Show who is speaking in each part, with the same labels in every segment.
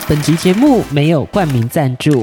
Speaker 1: 本集节目没有冠名赞助。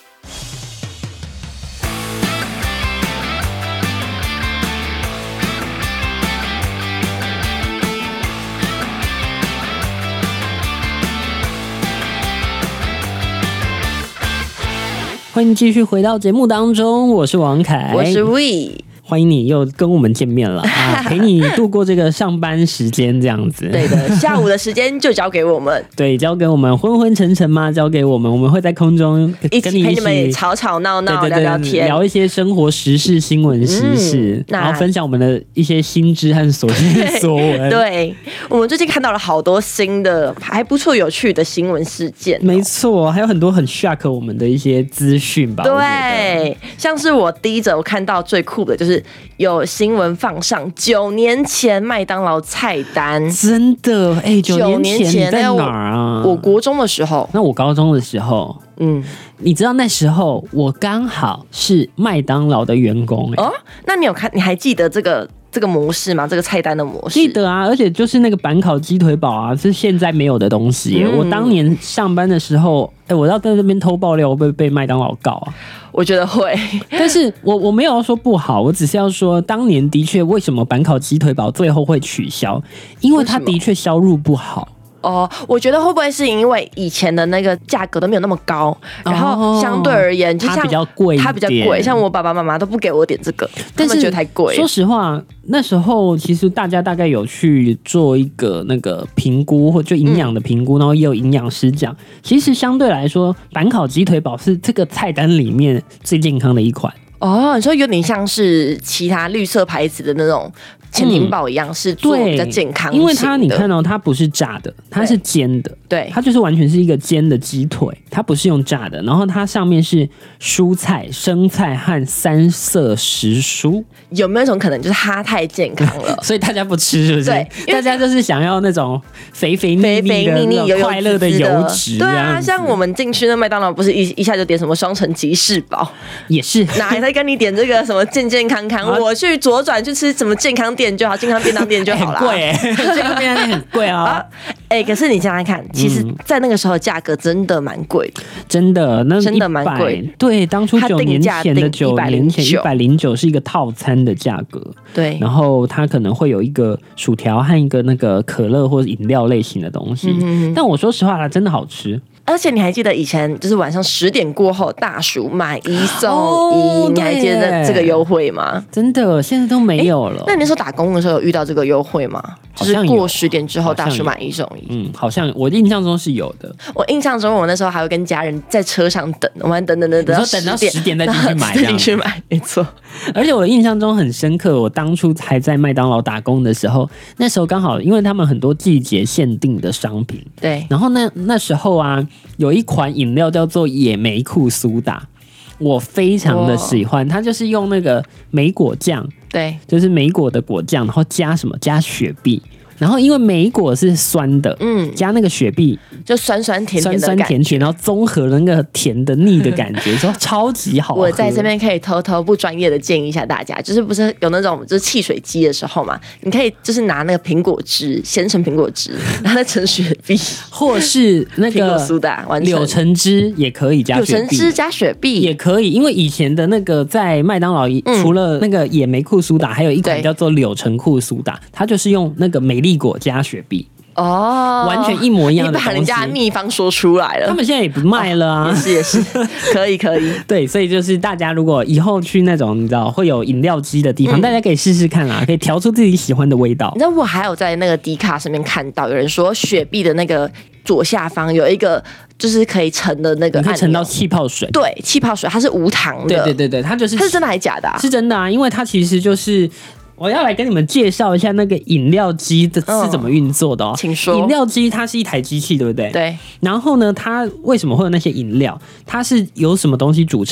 Speaker 1: 欢迎继续回到节目当中，我是王凯，
Speaker 2: 我是 We。
Speaker 1: 欢迎你又跟我们见面了啊！陪你度过这个上班时间这样子。
Speaker 2: 对的，下午的时间就交给我们。
Speaker 1: 对，交给我们昏昏沉沉嘛，交给我们，我们会在空中跟你
Speaker 2: 陪你们吵吵闹闹，
Speaker 1: 对对对，
Speaker 2: 聊聊天，
Speaker 1: 聊一些生活时事、新闻时事，然后分享我们的一些新知和所见所闻。
Speaker 2: 对，我们最近看到了好多新的还不错、有趣的新闻事件。
Speaker 1: 没错，还有很多很 shock 我们的一些资讯吧。
Speaker 2: 对，像是我第一则我看到最酷的就是有新闻放上9年前麦当劳菜单，
Speaker 1: 真的9年前你在哪儿啊？
Speaker 2: 我国中的时候，
Speaker 1: 那我高中的时候，你知道那时候我刚好是麦当劳的员工
Speaker 2: 哦。那你还记得这个模式吗？这个菜单的模式？
Speaker 1: 记得啊，而且就是那个板烤鸡腿堡啊，是现在没有的东西。我当年上班的时候，我要在这边偷爆料，会不会被麦当劳告啊？
Speaker 2: 我觉得会，
Speaker 1: 但是我没有要说不好，我只是要说，当年的确为什么板烤鸡腿堡最后会取消，因为它的确销路不好。
Speaker 2: 我觉得会不会是因为以前的那个价格都没有那么高，然后相对而言，就像
Speaker 1: 它比较贵，
Speaker 2: 它比较贵，像我爸爸妈妈都不给我点这个，他们觉得太贵。
Speaker 1: 说实话，那时候其实大家大概有去做一个那个评估，或就营养的评估，然后也有营养师讲，其实相对来说，板烤鸡腿堡是这个菜单里面最健康的一款。
Speaker 2: 你说有点像是其他绿色牌子的那种潜艇堡一样，是做比较健康型的。
Speaker 1: 因为它你看它不是炸的，它是煎的，
Speaker 2: 对，
Speaker 1: 它就是完全是一个煎的鸡腿，它不是用炸的。然后它上面是蔬菜、生菜和3色时蔬。有
Speaker 2: 没有一种可能就是它太健康了，
Speaker 1: 所以大家不吃，是不是？
Speaker 2: 对，
Speaker 1: 大家就是想要那种肥腻的、快乐的油脂。
Speaker 2: 对啊，像我们进去那麦当劳，不是一下就点什么双层吉士堡，
Speaker 1: 也是
Speaker 2: 哪还在跟你点这个什么健健康康？我去左转去吃什么健康店就好，健康便当店就好了。
Speaker 1: 很贵健康便当店很贵啊。
Speaker 2: 可是你想想看，其实在那个时候价格真的蛮贵的，
Speaker 1: 真的
Speaker 2: 蛮贵。
Speaker 1: 对，当初9年前的9年前109是一个套餐的价格。
Speaker 2: 对，
Speaker 1: 然后它可能会有一个薯条和一个那个可乐或者饮料类型的东西。但我说实话啦，真的好吃。
Speaker 2: 而且你还记得以前就是晚上10点过后，大薯买1送1，你还记得这个优惠吗？
Speaker 1: 真的，现在都没有了。
Speaker 2: 那你那时候打工的时候有遇到这个优惠吗？就是过10点之后，大薯买1送1。
Speaker 1: 好像我印象中是有的。
Speaker 2: 我印象中，我那时候还会跟家人在车上等，我们等到10
Speaker 1: 点再进去买，
Speaker 2: 没错。
Speaker 1: 而且我印象中很深刻，我当初还在麦当劳打工的时候，那时候刚好因为他们很多季节限定的商品，
Speaker 2: 对。
Speaker 1: 然后那时候啊，有一款饮料叫做野莓酷苏打，我非常的喜欢，它就是用那个莓果酱，
Speaker 2: 对，
Speaker 1: 就是莓果的果酱，然后加雪碧。然后因为莓果是酸的，加那个雪碧
Speaker 2: 就酸酸甜甜，
Speaker 1: 然后综合了那个甜的腻的感觉，说超级好喝。
Speaker 2: 我在这边可以偷偷不专业的建议一下大家，就是不是有那种就是汽水机的时候嘛，你可以就是拿那个苹果汁鲜橙苹果汁，然后再盛雪碧，
Speaker 1: 或是那个
Speaker 2: 苹果苏打，
Speaker 1: 柳橙汁也可以加雪碧，
Speaker 2: 柳橙汁加雪碧
Speaker 1: 也可以，因为以前的那个在麦当劳，除了那个野莓酷苏打，还有一款叫做柳橙酷苏打，它就是用那个美丽果加雪碧。完全一模一样的东西。你把
Speaker 2: 人家的秘方说出来了，
Speaker 1: 他们现在也不卖了啊。
Speaker 2: 也是，可以。
Speaker 1: 对，所以就是大家如果以后去那种你知道会有饮料机的地方，大家可以试试看啦，可以调出自己喜欢的味道。
Speaker 2: 你知道我还有在那个 D 卡上面看到有人说，雪碧的那个左下方有一个就是可以盛的那个按钮，
Speaker 1: 你可以盛到气泡水。
Speaker 2: 对，气泡水它是无糖的。
Speaker 1: 对，它是
Speaker 2: 真的还是假的？
Speaker 1: 是真的啊，因为它其实就是。我要来跟你们介绍一下那个饮料机是怎么运作的哦。
Speaker 2: 请说。
Speaker 1: 饮料机它是一台机器，对不对？
Speaker 2: 对。
Speaker 1: 然后呢，它为什么会有那些饮料？它是由什么东西组成？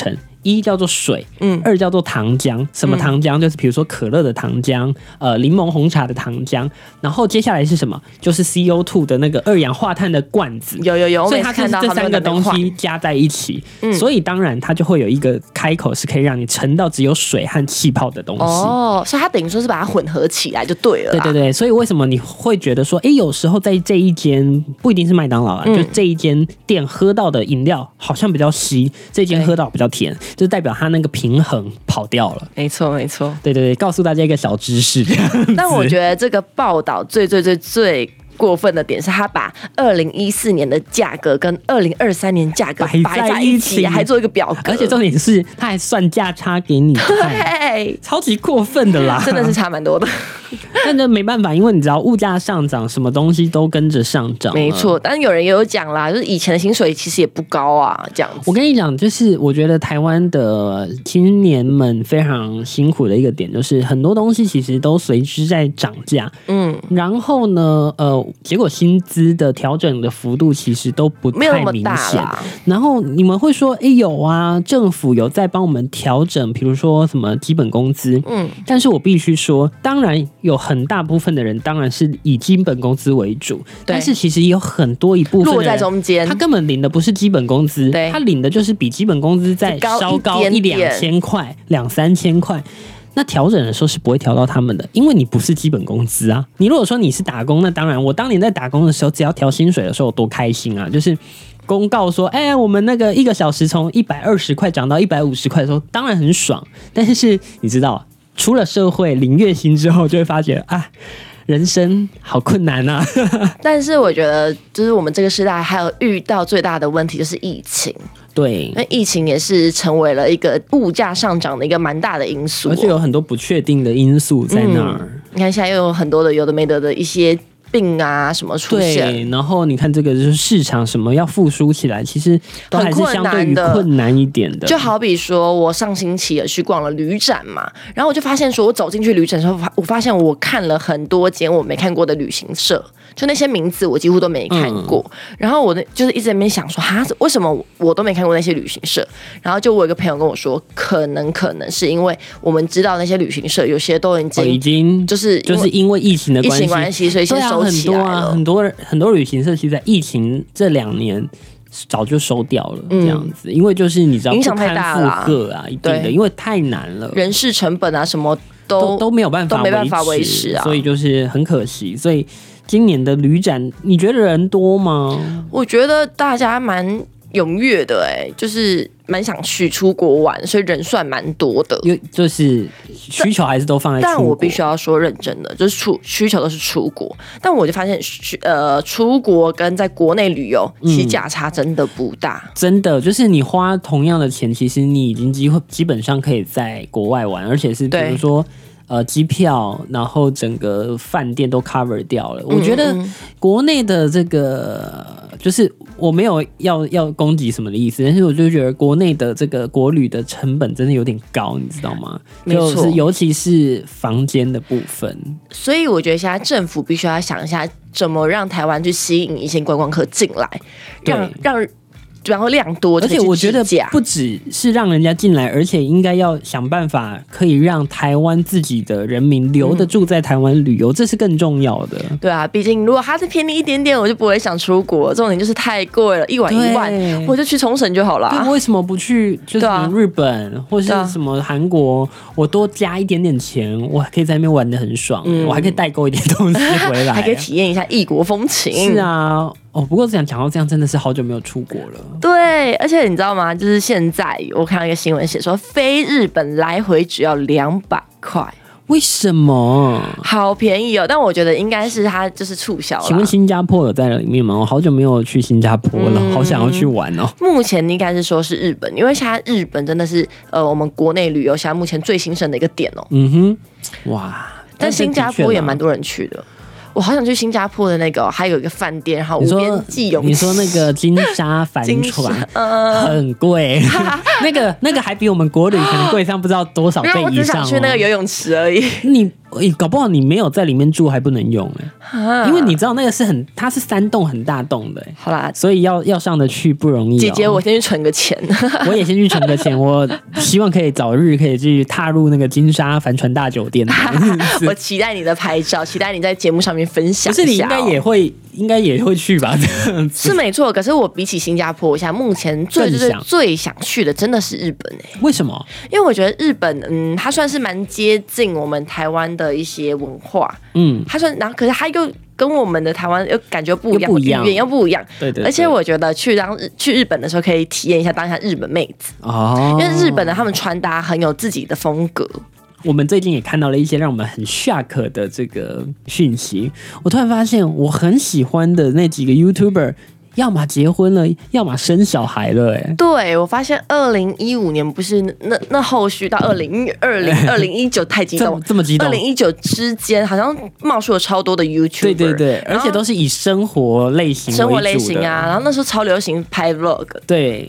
Speaker 1: 一叫做水，二叫做糖浆。什么糖浆？就是比如说可乐的糖浆，柠檬红茶的糖浆。然后接下来是什么？就是 CO2 的那个二氧化碳的罐子。
Speaker 2: 有，
Speaker 1: 所以它是这3个东西加在一起，所以当然它就会有一个开口是可以让你盛到只有水和气泡的东西。
Speaker 2: 哦，所以它等于说是把它混合起来就对了。
Speaker 1: 对，所以为什么你会觉得说，有时候在这一间不一定是麦当劳就这一间店喝到的饮料好像比较稀，这间喝到比较甜，就代表它那个平衡跑掉了。
Speaker 2: 没错。
Speaker 1: 对，告诉大家一个小知识。
Speaker 2: 但我觉得这个报道最过分的点是，他把2014年的价格跟2023年价格摆在一起，还做一个表格，
Speaker 1: 而且重点是他还算价差给你看，
Speaker 2: 对，
Speaker 1: 超级过分的啦，
Speaker 2: 真的是差蛮多的。
Speaker 1: 但这没办法，因为你知道物价上涨，什么东西都跟着上涨。
Speaker 2: 没错，但有人也有讲啦，就是以前的薪水其实也不高啊，这样子。
Speaker 1: 我跟你讲，就是我觉得台湾的青年们非常辛苦的一个点，就是很多东西其实都随之在涨价。然后呢，结果薪资的调整的幅度其实都不太明显。然后你们会说，有啊，政府有在帮我们调整，比如说什么基本工资。但是我必须说，当然有很大部分的人当然是以基本工资为主，但是其实有很多一部分的人
Speaker 2: 落在中间，
Speaker 1: 他根本领的不是基本工资，他领的就是比基本工资再稍高1-2千块、2-3千块。那调整的时候是不会调到他们的，因为你不是基本工资啊。你如果说你是打工，那当然，我当年在打工的时候，只要调薪水的时候，我多开心啊！就是公告说，我们那个1个小时从120块涨到150块的时候，当然很爽。但是你知道，出了社会领月薪之后，就会发觉人生好困难啊！
Speaker 2: 但是我觉得，就是我们这个时代还有遇到最大的问题就是疫情。
Speaker 1: 对，
Speaker 2: 那疫情也是成为了一个物价上涨的一个蛮大的因素，
Speaker 1: 而且有很多不确定的因素在那儿。
Speaker 2: 你看现在又有很多的有的没得的一些病啊什么出现，
Speaker 1: 对，然后你看这个就是市场什么要复苏起来，其实都还是相对于困难一点的。
Speaker 2: 就好比说我上星期也去逛了旅展嘛，然后我就发现说，我走进去旅展的时候，我发现我看了很多间我没看过的旅行社。就那些名字我几乎都没看过，然后我就是一直在那边想说，为什么我都没看过那些旅行社？然后就我有一个朋友跟我说，可能是因为我们知道那些旅行社有些都已经就是
Speaker 1: 因为疫情的关系，
Speaker 2: 所以先收起来了。
Speaker 1: 很多旅行社其实在疫情这2年早就收掉了，这样子，因为就是你知道
Speaker 2: 影响太大了，
Speaker 1: 不堪负荷啊，一定的，因为太难了，
Speaker 2: 人事成本啊什么
Speaker 1: 都没有办法维持啊，所以就是很可惜，所以。今年的旅展，你觉得人多吗？
Speaker 2: 我觉得大家蛮踊跃的，就是蛮想去出国玩，所以人算蛮多的。
Speaker 1: 就是需求还是都放在出国，
Speaker 2: 但我必须要说认真的，就是需求都是出国，但我就发现出国跟在国内旅游其实价差真的不大，
Speaker 1: 真的就是你花同样的钱，其实你已经基本上可以在国外玩，而且是比如说。机票，然后整个饭店都 cover 掉了。我觉得国内的这个，就是我没有要攻击什么的意思，但是我就觉得国内的这个国旅的成本真的有点高，你知道吗？就是尤其是房间的部分。
Speaker 2: 所以我觉得现在政府必须要想一下，怎么让台湾去吸引一些观光客进来，让。然后量多，
Speaker 1: 而且我觉得不只是让人家进来，而且应该要想办法可以让台湾自己的人民留得住在台湾旅游，这是更重要的。
Speaker 2: 对啊，毕竟如果它是便宜一点点，我就不会想出国。重点就是太贵了，1晚1万，我就去冲绳就好了。
Speaker 1: 为什么不去就是日本或是什么韩国？我多加一点点钱，我可以在那边玩得很爽，我还可以代购一点东西回来，
Speaker 2: 还可以体验一下异国风情。
Speaker 1: 是啊。不过讲到这样，真的是好久没有出国了。
Speaker 2: 对，而且你知道吗？就是现在我看到一个新闻写说，飞日本来回只要200块。
Speaker 1: 为什么？
Speaker 2: 好便宜哦！但我觉得应该是它就是促销了。
Speaker 1: 请问新加坡有在里面吗？我好久没有去新加坡了，好想要去玩哦。
Speaker 2: 目前应该是说是日本，因为现在日本真的是我们国内旅游现在目前最兴盛的一个点哦。
Speaker 1: 哇！
Speaker 2: 但新加坡也蛮多人去的。我好想去新加坡的那个，还有一个饭店，然后无边际泳池。
Speaker 1: 你说那个金沙帆船很贵，那个还比我们国旅可能贵上不知道多少倍以上。
Speaker 2: 因为我只想去那个游泳池而已。
Speaker 1: 搞不好你没有在里面住还不能用因为你知道那个它是3栋很大栋的
Speaker 2: 好啦，
Speaker 1: 所以要上得去不容易
Speaker 2: 姐姐我先去存个钱
Speaker 1: 我也先去存个钱我希望可以早日可以去踏入那个金沙帆船大酒店
Speaker 2: 我期待你的拍照，期待你在节目上面分享一下。
Speaker 1: 不是你应该也会去吧？这样子
Speaker 2: 是没错，可是我比起新加坡，我现在目前最想去的真的是日本
Speaker 1: 为什么？
Speaker 2: 因为我觉得日本它算是蛮接近我们台湾的一些文化，它算，然后可是它又跟我们的台湾又感觉不一样，语言又不一样，对，而且我觉得去日本的时候可以体验一下当下日本妹子因为日本的他们穿搭很有自己的风格。
Speaker 1: 我们最近也看到了一些让我们很 shock 的这个讯息，我突然发现我很喜欢的那几个 YouTuber 要么结婚了，要么生小孩了
Speaker 2: 对，我发现2015年不是那后续到2020、2019太激动，
Speaker 1: 这么激动
Speaker 2: ，2019之间好像冒出了超多的 YouTuber，
Speaker 1: 对，而且都是以生活类型
Speaker 2: 啊，然后那时候超流行拍 Vlog， 对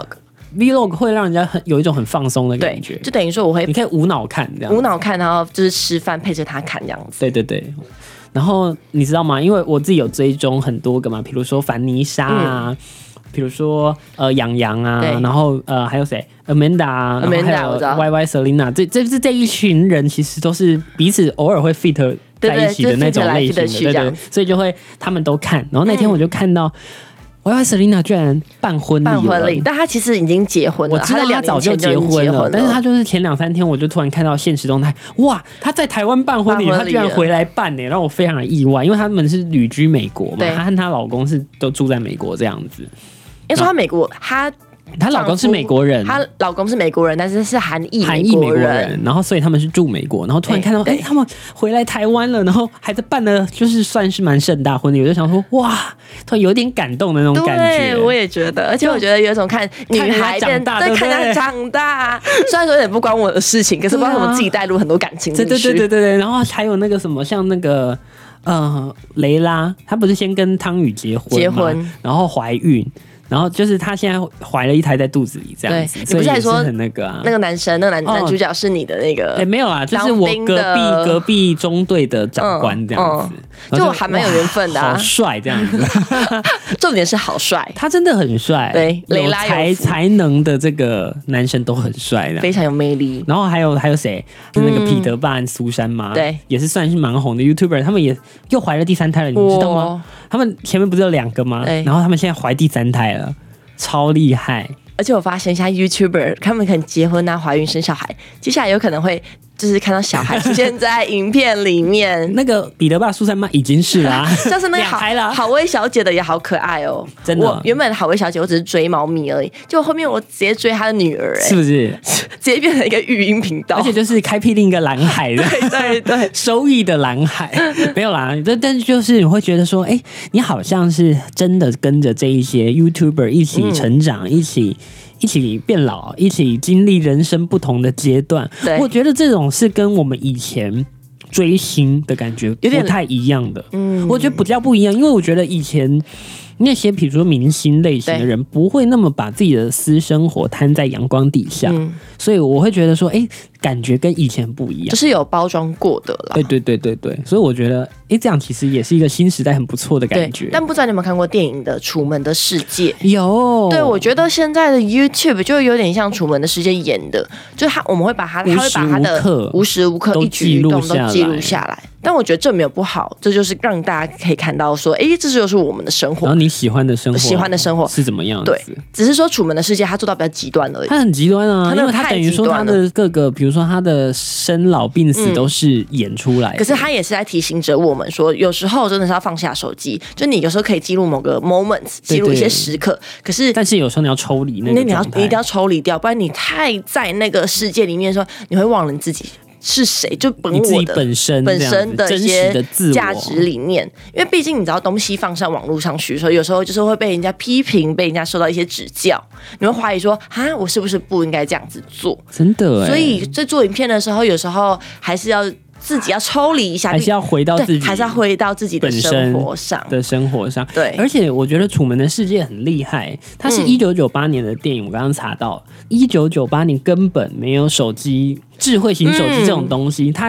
Speaker 2: Vlog
Speaker 1: 会让人家有一种很放松的感觉，
Speaker 2: 就等于说你可以
Speaker 1: 无脑看这样，
Speaker 2: 无脑看，然后就是吃饭配着他看这样子。
Speaker 1: 对。然后你知道吗？因为我自己有追踪很多个嘛，比如说凡妮莎啊，比如说杨洋啊，然后还有谁 Amanda 啊，然后还有 YY Selina， 这一群人其实都是彼此偶尔会 fit 在一起的那种类型的，对，所以就会他们都看。然后那天我就看到。YY Selina 居然办婚礼，
Speaker 2: 但她其实已经结婚了。
Speaker 1: 我知道她早就结婚了，但是她就是前2-3天，我就突然看到现实动态，哇，她在台湾办婚礼，她居然回来办让我非常的意外，因为他们是旅居美国嘛，她和她老公都住在美国这样子。
Speaker 2: 因为说她
Speaker 1: 老公是美国人，
Speaker 2: 她老公是美国人，但是是韩裔美国人，
Speaker 1: 然后所以他们是住美国，然后突然看到他们回来台湾了，然后还在办的就是算是蛮盛大婚礼，我就想说哇，突然有点感动的那种感觉。
Speaker 2: 对，我也觉得，而且我觉得有一种看女孩长大，对，看她长大，虽然说有点不关我的事情，可是不知道怎么自己带入很多感情进去。
Speaker 1: 对，然后还有那个什么，像那个雷拉，她不是先跟汤宇结婚，然后怀孕。然后就是她现在怀了一胎在肚子里这样子，
Speaker 2: 你不是还说
Speaker 1: 很那个啊？
Speaker 2: 那个男生，那个男主角是你的那个？
Speaker 1: 没有啊，就是我隔壁中队的长官这样子，
Speaker 2: 就还蛮有缘分的，
Speaker 1: 好帅这样子。
Speaker 2: 重点是好帅，
Speaker 1: 他真的很帅，
Speaker 2: 对，雷拉
Speaker 1: 才能的这个男生都很帅的，
Speaker 2: 非常有魅力。
Speaker 1: 然后还有谁？是那个彼得爸和苏珊吗？
Speaker 2: 对，
Speaker 1: 也是算是蛮红的 YouTuber， 他们也又怀了第3胎了，你知道吗？他们前面不是有2个吗？然后他们现在怀第3胎了。超厉害！
Speaker 2: 而且我发现，现在 YouTuber 他们可能结婚啊、怀孕、生小孩，接下来有可能会就是看到小孩出现在影片里面。
Speaker 1: 那个彼得爸、苏珊妈已经是啦，
Speaker 2: 像是那个好薇小姐的也好可爱哦，
Speaker 1: 真的。
Speaker 2: 我原本好薇小姐我只是追猫咪而已，就后面我直接追她的女儿，
Speaker 1: 是不是？
Speaker 2: 直接变成一个语音频道，
Speaker 1: 而且就是开辟另一个蓝海的，
Speaker 2: 对，
Speaker 1: 收益的蓝海没有啦。但是就是你会觉得说，你好像是真的跟着这一些 YouTuber 一起成长，一起变老，一起经历人生不同的阶段。我觉得这种是跟我们以前追星的感觉不太一样的。我觉得比较不一样，因为我觉得以前那些比如说明星类型的人不会那么把自己的私生活摊在阳光底下，所以我会觉得说，感觉跟以前不一样，
Speaker 2: 就是有包装过的啦。
Speaker 1: 对，所以我觉得，这样其实也是一个新时代很不错的感觉。
Speaker 2: 但不知道你有没有看过电影的《楚门的世界》？
Speaker 1: 有。
Speaker 2: 对，我觉得现在的 YouTube 就有点像《楚门的世界》演的，就是我们会把他的无时无刻一举一动都记录下来。但我觉得这没有不好，这就是让大家可以看到说，这就是我们的生活。
Speaker 1: 然后你喜欢的生活是怎么样子？
Speaker 2: 对，只是说《楚门的世界》它做到比较极端而已。
Speaker 1: 它很极端啊，因为它等于说它的各个，比如说它的生老病死都是演出来的。
Speaker 2: 可是它也是在提醒着我们说，有时候真的是要放下手机。就你有时候可以记录某个 moments， 记录一些时刻。
Speaker 1: 但是有时候你要抽离那个状态，
Speaker 2: 你一定要抽离掉，不然你太在那个世界里面的时候，你会忘了你自己是谁，就
Speaker 1: 你自己本身的
Speaker 2: 一些价值理念。因为毕竟你知道东西放上网络上去的时候，有时候就是会被人家批评，被人家受到一些指教，你会怀疑说我是不是不应该这样子做？
Speaker 1: 真的。
Speaker 2: 所以在做影片的时候，有时候还是要自己要抽离一下，
Speaker 1: 还是要回到自己，
Speaker 2: 还是要回到自己的生活上。对，
Speaker 1: 而且我觉得《楚门的世界》很厉害，它是1998年的电影，我刚刚查到1998年根本没有手机。智慧型手机这种东西，它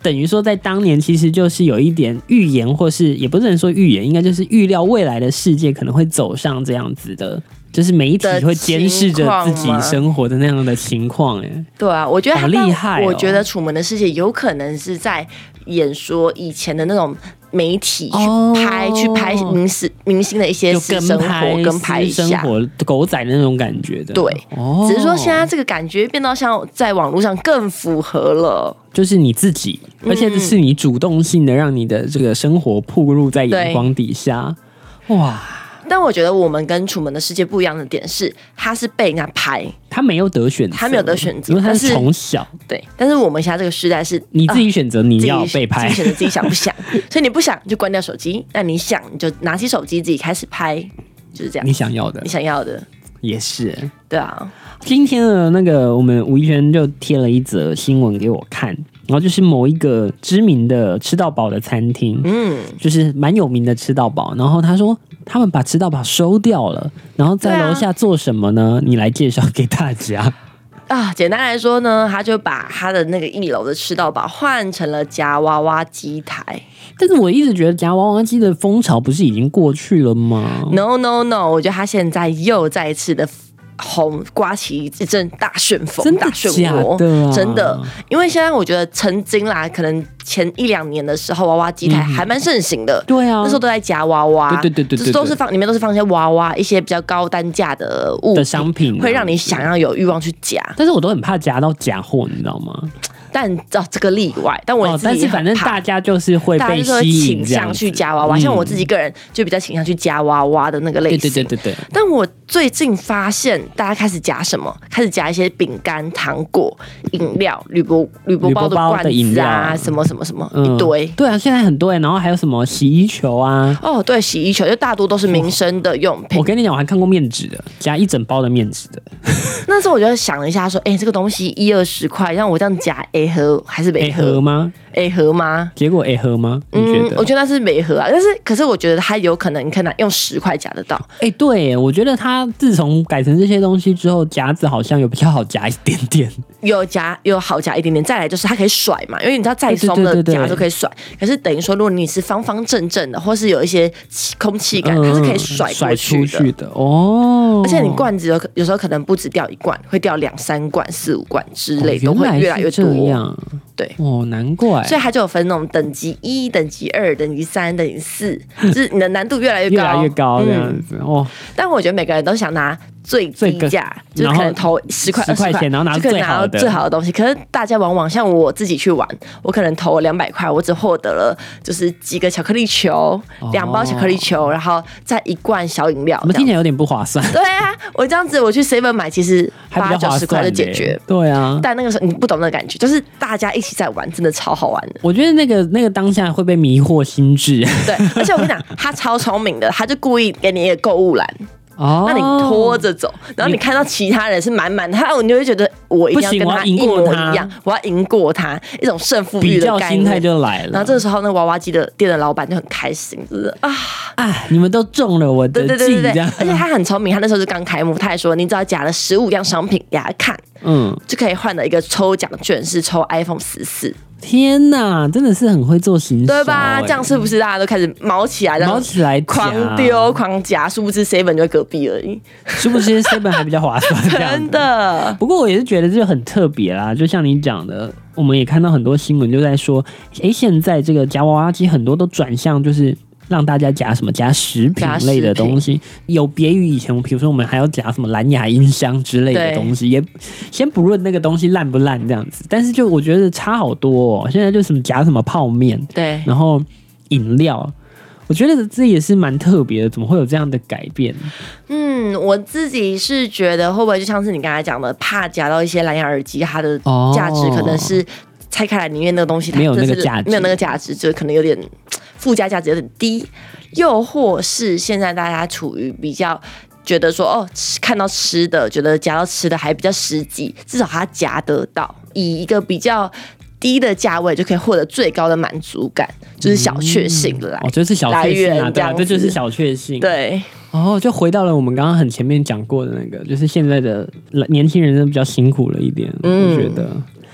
Speaker 1: 等于说在当年其实就是有一点预言，或是也不能说预言，应该就是预料未来的世界可能会走上这样子的，就是媒体会监视着自己生活的那样的情况。
Speaker 2: 对啊，我觉得
Speaker 1: 好厉害
Speaker 2: 我觉得楚门的世界有可能是在演说以前的那种媒体去拍明星的一些私生活，跟拍一下
Speaker 1: 生活狗仔的那种感觉的。
Speaker 2: 对，只是说现在这个感觉变到像在网络上更符合了，
Speaker 1: 就是你自己，而且是你主动性的让你的这个生活暴露在眼光底下。哇！
Speaker 2: 但我觉得我们跟楚门的世界不一样的点是，他是被人家拍，
Speaker 1: 他没有得选择，
Speaker 2: 他没有得选择，
Speaker 1: 因为他是从小
Speaker 2: 对。但是我们现在这个时代是
Speaker 1: 你自己选择你要被拍，
Speaker 2: 自己选择自己想不想，所以你不想你就关掉手机，那你想你就拿起手机自己开始拍，就是这样。
Speaker 1: 你想要的也是。
Speaker 2: 对啊，
Speaker 1: 今天的那个我们吴怡轩就贴了一则新闻给我看，然后就是某一个知名的吃到饱的餐厅，就是蛮有名的吃到饱，然后他说他们把吃到饱收掉了，然后在楼下做什么呢？你来介绍给大家。
Speaker 2: 简单来说呢，他就把他的那个1楼的吃到饱换成了夹娃娃机台。
Speaker 1: 但是我一直觉得夹娃娃机的风潮不是已经过去了吗
Speaker 2: ？No， 我觉得他现在又再一次的刮起一阵大旋风，大漩涡，真的。因为现在我觉得曾经啦，可能前1-2年的时候，娃娃机台还蛮盛行的。
Speaker 1: 对啊，
Speaker 2: 那时候都在夹娃娃，
Speaker 1: 对，
Speaker 2: 就是里面都是放一些娃娃，一些比较高单价的物品
Speaker 1: 的商品，
Speaker 2: 会让你想要有欲望去夹。
Speaker 1: 但是我都很怕夹到假货，你知道吗？
Speaker 2: 但这个例外，但我自己
Speaker 1: 但是反正大家就是会被吸引，
Speaker 2: 倾向去夹娃娃。像我自己个人就比较倾向去夹娃娃的那个类型。
Speaker 1: 对。
Speaker 2: 但我最近发现，大家开始夹什么？开始夹一些饼干、糖果、饮料、铝箔包的罐子啊，什么一堆。
Speaker 1: 对啊，现在很多然后还有什么洗衣球啊？
Speaker 2: 对，洗衣球就大多都是民生的用品。
Speaker 1: 我跟你讲，我还看过面纸的，夹一整包的面纸的。
Speaker 2: 那时候我就想了一下，说，这个东西10-20块，让我这样夹 A 盒还是没
Speaker 1: 盒吗
Speaker 2: ？A 盒吗？
Speaker 1: 结果 A 盒吗？你觉得？
Speaker 2: 我觉得那是没盒啊，可是我觉得它有可能你可能用10块夹得到。
Speaker 1: 对，我觉得它自从改成这些东西之后，夹子好像有比较好夹一点点，
Speaker 2: 有好夹一点点。再来就是它可以甩嘛，因为你知道再松的夹都可以甩，可是等于说如果你是方方正正的，或是有一些空气感，它是可以甩出去的
Speaker 1: 哦。
Speaker 2: 而且你罐子有时候可能不止掉1罐，会掉2-3罐、4-5罐之类，都会越来越多。对
Speaker 1: 难怪。
Speaker 2: 所以它就有分那种等级1、等级2、等级3、等级4，就是你的难度越来越高
Speaker 1: 这样子。
Speaker 2: 但我觉得每个人都想拿最低价，就是可能投10块、20块
Speaker 1: 钱，然后拿
Speaker 2: 最好的东西。可是大家往往像我自己去玩，我可能投200块，我只获得了就是几个巧克力球、2包巧克力球，然后再1罐小饮料。
Speaker 1: 我们听起来有点不划算。
Speaker 2: 对啊，我这样子我去 Seven 买，其实80-90块就解决。
Speaker 1: 对啊，
Speaker 2: 但那个时候你不懂那个感觉，就是大家一起在玩，真的超好玩的。
Speaker 1: 我觉得那个当下会被迷惑心智。
Speaker 2: 对，而且我跟你讲，他超聪明的，他就故意给你一个购物篮。那你拖着走，然后你看到其他人是满满的，你就会觉得我一定要跟他一模一样，我要赢过他，一种胜负欲的概念，比较
Speaker 1: 心态就来了。
Speaker 2: 然后这个时候，那娃娃机的店的老板就很开心，就是
Speaker 1: 你们都中了我的计，对。
Speaker 2: 而且他很聪明，他那时候是刚开幕，他还说你只要夹了15样商品给他看，就可以换了一个抽奖券，是抽 iPhone 14。
Speaker 1: 天哪，真的是很会做行销，
Speaker 2: 对吧？这样是不是大家都开始毛起来，狂丢狂夹？殊不知 Seven 就在隔壁而已，
Speaker 1: 殊不知 Seven 还比较划算，
Speaker 2: 真的。
Speaker 1: 不过我也是觉得这就很特别啦，就像你讲的，我们也看到很多新闻就在说，现在这个夹娃娃机很多都转向就是让大家夹什么夹食品类的东西，有别于以前，比如说我们还要夹什么蓝牙音箱之类的东西，也先不论那个东西烂不烂这样子，但是就我觉得差好多哦。现在就什么夹什么泡面，
Speaker 2: 对，
Speaker 1: 然后饮料，我觉得这也是蛮特别的，怎么会有这样的改变？
Speaker 2: 我自己是觉得会不会就像是你刚才讲的，怕夹到一些蓝牙耳机，它的价值可能是拆开来里面那个东西它
Speaker 1: 没有那个价值，
Speaker 2: 没有那个价值，就可能有点附加价值有点低，又或是现在大家处于比较觉得说看到吃的，觉得夹到吃的还比较实际，至少它夹得到，以一个比较低的价位就可以获得最高的满足感，就是小确幸的
Speaker 1: 就是小确幸啊，
Speaker 2: 对啊，
Speaker 1: 这就是小确幸。
Speaker 2: 对，
Speaker 1: 就回到了我们刚刚很前面讲过的那个，就是现在的年轻人真的比较辛苦了一点，我觉得。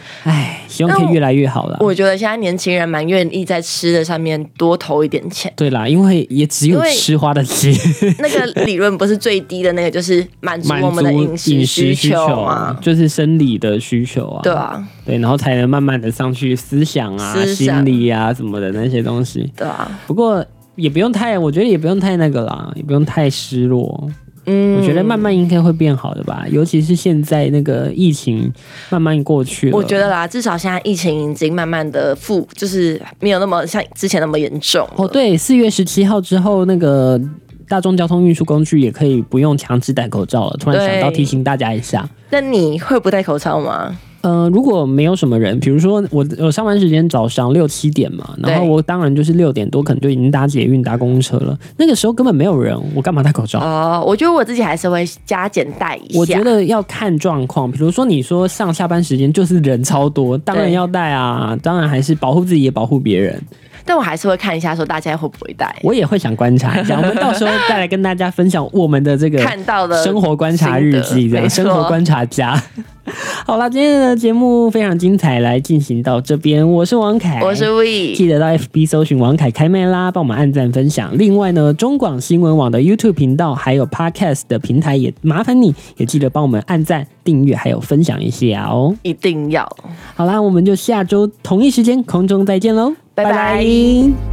Speaker 1: 希望可以越来越好啦。
Speaker 2: 我觉得现在年轻人蛮愿意在吃的上面多投一点钱。
Speaker 1: 对啦，因为也只有吃花的钱。
Speaker 2: 那个理论不是最低的那个，就是满足我们的饮食需求嘛，
Speaker 1: 就是生理的需求啊。
Speaker 2: 对啊，
Speaker 1: 对，然后才能慢慢的上去思想啊、心理啊什么的那些东西。
Speaker 2: 对啊，
Speaker 1: 不过也不用太，我觉得也不用太那个啦，也不用太失落。我觉得慢慢应该会变好的吧，尤其是现在那个疫情慢慢过去了。
Speaker 2: 我觉得啦，至少现在疫情已经慢慢的就是没有那么像之前那么严重了。
Speaker 1: 对，4月17号之后，那个大众交通运输工具也可以不用强制戴口罩了。突然想到提醒大家一下。
Speaker 2: 那你会不戴口罩吗？
Speaker 1: 如果没有什么人，比如说我上班时间早上6、7点嘛，然后我当然就是6点多可能就已经搭捷运搭公车了，那个时候根本没有人，我干嘛戴口罩？
Speaker 2: 我觉得我自己还是会加减戴一下。
Speaker 1: 我觉得要看状况，比如说你说上下班时间就是人超多，当然要戴啊，当然还是保护自己也保护别人。
Speaker 2: 但我还是会看一下说大家会不会戴，
Speaker 1: 我也会想观察一下，我们到时候再来跟大家分享我们的这个
Speaker 2: 看到的
Speaker 1: 生活观察日记，这样生活观察家。好啦，今天的节目非常精彩，来进行到这边。我是王凯，
Speaker 2: 我是 We，
Speaker 1: 记得到 FB 搜寻王凯开麦啦，帮我们按赞分享。另外呢，中广新闻网的 YouTube 频道还有 Podcast 的平台也麻烦你也记得帮我们按赞、订阅还有分享一下哦，
Speaker 2: 一定要。
Speaker 1: 好啦，我们就下周同一时间空中再见喽，拜拜。